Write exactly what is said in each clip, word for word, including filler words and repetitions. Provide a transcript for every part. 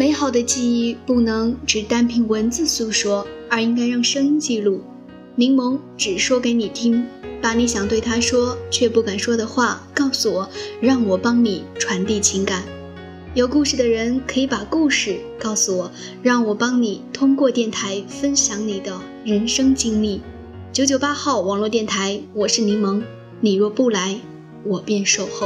美好的记忆不能只单凭文字诉说，而应该让声音记录。柠檬只说给你听，把你想对他说却不敢说的话告诉我，让我帮你传递情感。有故事的人可以把故事告诉我，让我帮你通过电台分享你的人生经历。九九八号网络电台，我是柠檬，你若不来，我便守候。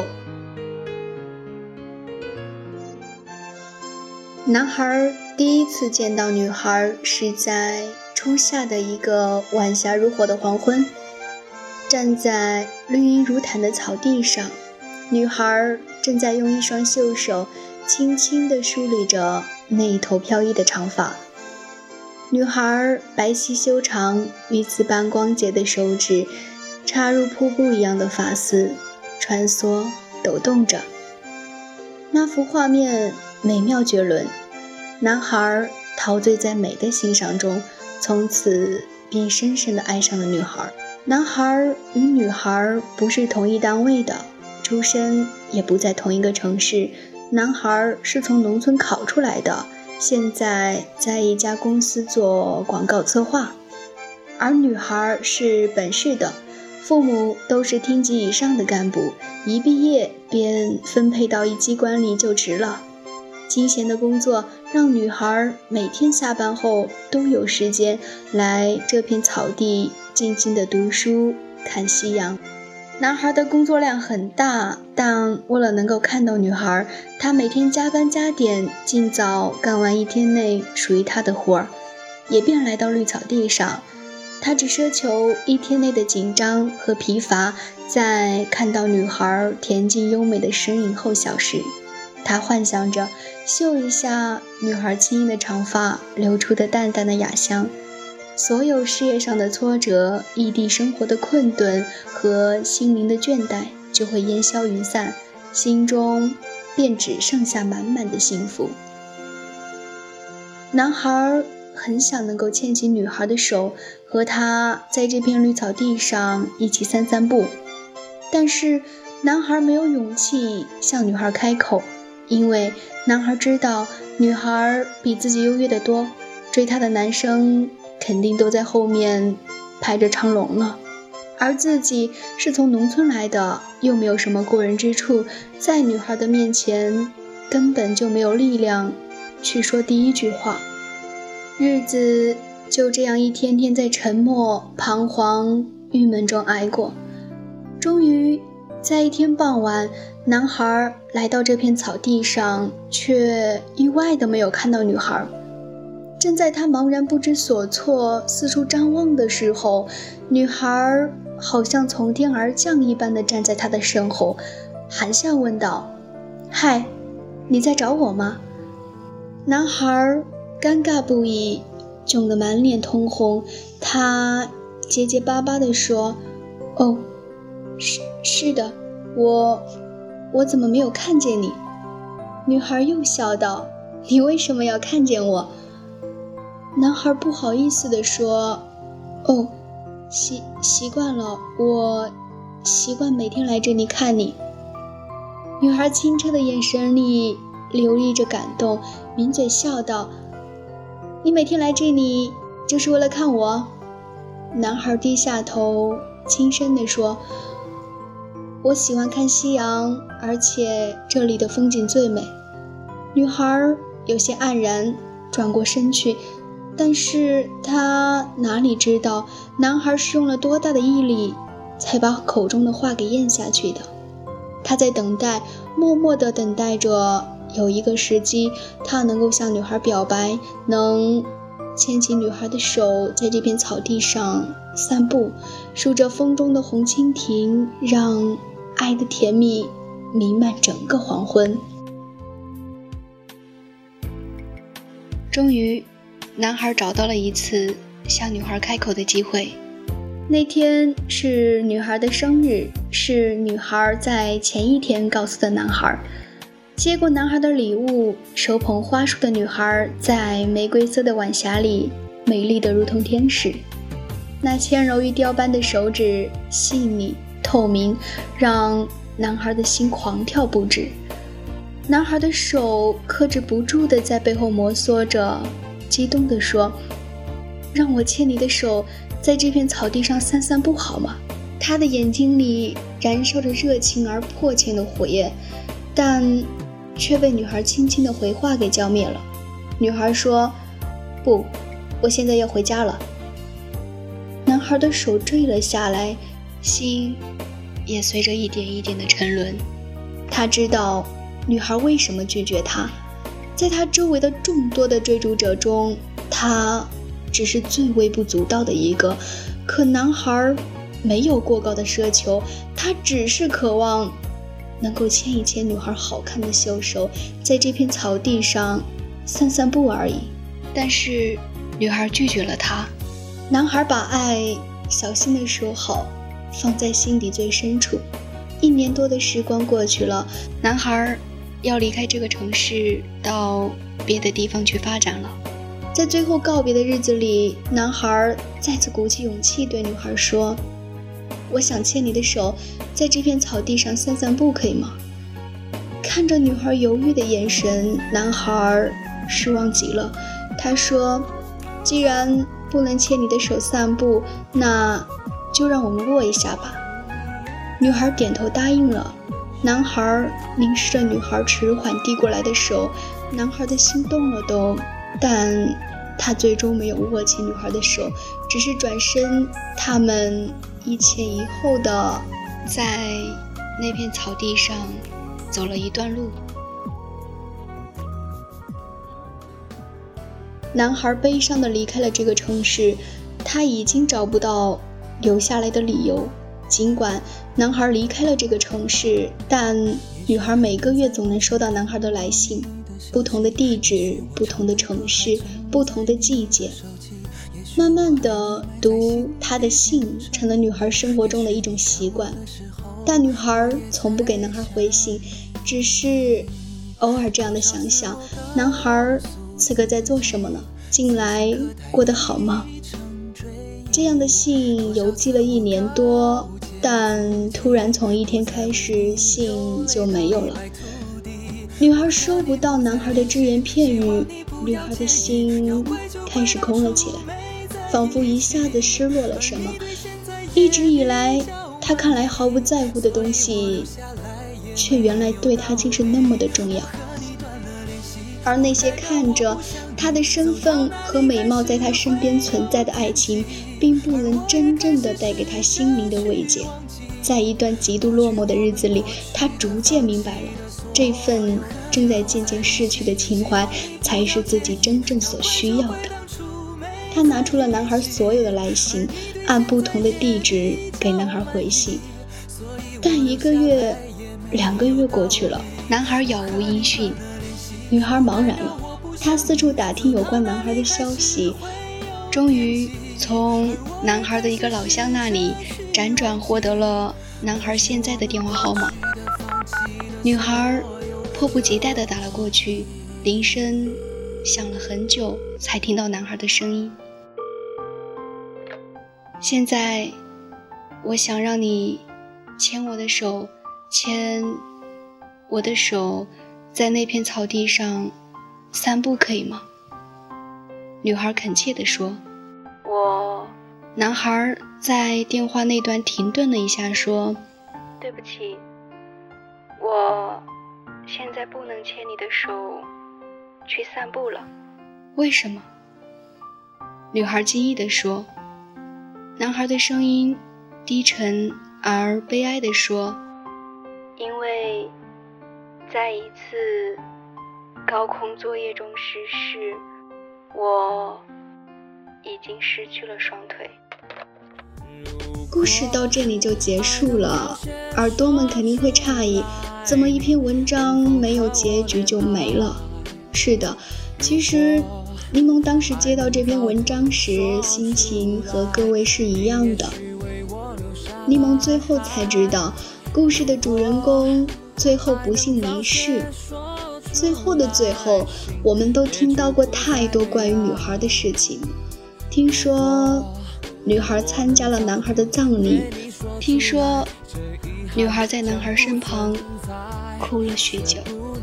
男孩第一次见到女孩是在初夏的一个晚霞如火的黄昏，站在绿荫如毯的草地上，女孩正在用一双秀手轻轻地梳理着那一头飘逸的长发。女孩白皙修长、鱼刺般光洁的手指插入瀑布一样的发丝，穿梭抖动着。那幅画面美妙绝伦，男孩陶醉在美的欣赏中，从此便深深地爱上了女孩。男孩与女孩不是同一单位的，出身也不在同一个城市。男孩是从农村考出来的，现在在一家公司做广告策划，而女孩是本市的，父母都是厅级以上的干部，一毕业便分配到一机关里就职了。清闲的工作让女孩每天下班后都有时间来这片草地静静地读书看夕阳。男孩的工作量很大，但为了能够看到女孩，他每天加班加点，尽早干完一天内属于他的活儿，也便来到绿草地上。他只奢求一天内的紧张和疲乏在看到女孩恬静优美的身影后消失。他幻想着嗅一下女孩轻盈的长发流出的淡淡的雅香，所有事业上的挫折、异地生活的困顿和心灵的倦怠就会烟消云散，心中便只剩下满满的幸福。男孩很想能够牵起女孩的手，和她在这片绿草地上一起散散步，但是男孩没有勇气向女孩开口，因为男孩知道女孩比自己优越得多，追她的男生肯定都在后面排着长龙了，而自己是从农村来的，又没有什么过人之处，在女孩的面前根本就没有力量去说第一句话。日子就这样一天天在沉默、彷徨、郁闷中挨过。终于在一天傍晚，男孩来到这片草地上，却意外的没有看到女孩。正在他茫然不知所措、四处张望的时候，女孩好像从天而降一般的站在他的身后，含笑问道：“嗨，你在找我吗？”男孩尴尬不已，窘得满脸通红，他结结巴巴地说：“哦，是是的，我我怎么没有看见你？”女孩又笑道：“你为什么要看见我？”男孩不好意思地说：“哦，习习惯了，我习惯每天来这里看你。”女孩清澈的眼神里流溢着感动，抿嘴笑道：“你每天来这里就是为了看我？”男孩低下头，轻声地说：“我喜欢看夕阳，而且这里的风景最美。”女孩有些黯然，转过身去，但是她哪里知道，男孩是用了多大的毅力，才把口中的话给咽下去的。他在等待，默默地等待着有一个时机，他能够向女孩表白，能牵起女孩的手，在这片草地上散步，数着风中的红蜻蜓，让爱的甜蜜弥漫整个黄昏。终于，男孩找到了一次向女孩开口的机会。那天是女孩的生日，是女孩在前一天告诉的男孩。接过男孩的礼物，手捧花束的女孩在玫瑰色的晚霞里美丽得如同天使，那纤柔玉雕般的手指细腻透明，让男孩的心狂跳不止。 男孩的手克制不住地在背后摩挲着，激动地说：“让我牵你的手，在这片草地上散散步好吗？”他的眼睛里燃烧着热情而迫切的火焰，但却被女孩轻轻的回话给浇灭了。女孩说：“不，我现在要回家了。”男孩的手坠了下来，心也随着一点一点的沉沦。他知道女孩为什么拒绝他，在他周围的众多的追逐者中，他只是最微不足道的一个。可男孩没有过高的奢求，他只是渴望能够牵一牵女孩好看的秀手，在这片草地上散散步而已。但是女孩拒绝了他。男孩把爱小心地收好，放在心底最深处。一年多的时光过去了，男孩要离开这个城市，到别的地方去发展了。在最后告别的日子里，男孩再次鼓起勇气对女孩说：“我想牵你的手，在这片草地上散散步，可以吗？”看着女孩犹豫的眼神，男孩失望极了。他说：“既然不能牵你的手散步，那就让我们握一下吧。”女孩点头答应了。男孩凝视着女孩迟缓递过来的手，男孩的心动了动，但他最终没有握起女孩的手，只是转身，他们一前一后的在那片草地上走了一段路。男孩悲伤地离开了这个城市，他已经找不到留下来的理由。尽管男孩离开了这个城市，但女孩每个月总能收到男孩的来信，不同的地址，不同的城市，不同的季节。慢慢的，读他的信成了女孩生活中的一种习惯。但女孩从不给男孩回信，只是偶尔这样的想想，男孩此刻在做什么呢？近来过得好吗？这样的信邮寄了一年多，但突然从一天开始，信就没有了。女孩收不到男孩的只言片语，女孩的心开始空了起来，仿佛一下子失落了什么。一直以来她看来毫不在乎的东西，却原来对她竟是那么的重要。而那些看着她的身份和美貌在她身边存在的爱情，并不能真正的带给她心灵的慰藉。在一段极度落寞的日子里，她逐渐明白了，这份正在渐渐逝去的情怀才是自己真正所需要的。她拿出了男孩所有的来信，按不同的地址给男孩回信。但一个月两个月过去了，男孩杳无音讯。女孩茫然了，她四处打听有关男孩的消息，终于从男孩的一个老乡那里辗转获得了男孩现在的电话号码。女孩迫不及待地打了过去，铃声响了很久才听到男孩的声音。现在我想让你牵我的手，牵我的手，在那片草地上散步，可以吗？女孩恳切地说。我男孩在电话那端停顿了一下，说：对不起，我现在不能牵你的手去散步了。为什么？女孩惊异地说。男孩的声音低沉而悲哀地说：因为在一次高空作业中失事，我已经失去了双腿。故事到这里就结束了，耳朵们肯定会诧异，怎么一篇文章没有结局就没了？是的，其实柠檬当时接到这篇文章时，心情和各位是一样的。柠檬最后才知道，故事的主人公最后不幸离世。最后的最后，我们都听到过太多关于女孩的事情。听说女孩参加了男孩的葬礼，听说女孩在男孩身旁哭了许久。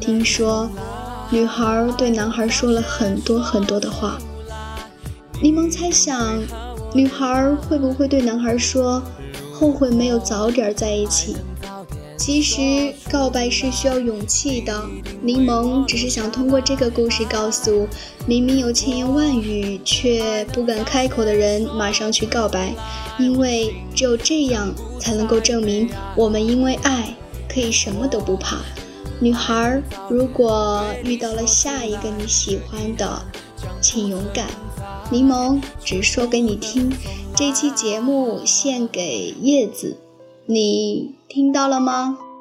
听说女孩对男孩说了很多很多的话。柠檬猜想，女孩会不会对男孩说后悔没有早点在一起。其实告白是需要勇气的，柠檬只是想通过这个故事告诉明明有千言万语却不敢开口的人马上去告白，因为只有这样才能够证明我们因为爱可以什么都不怕。女孩，如果遇到了下一个你喜欢的，请勇敢。柠檬只说给你听，这期节目献给叶子，你听到了吗？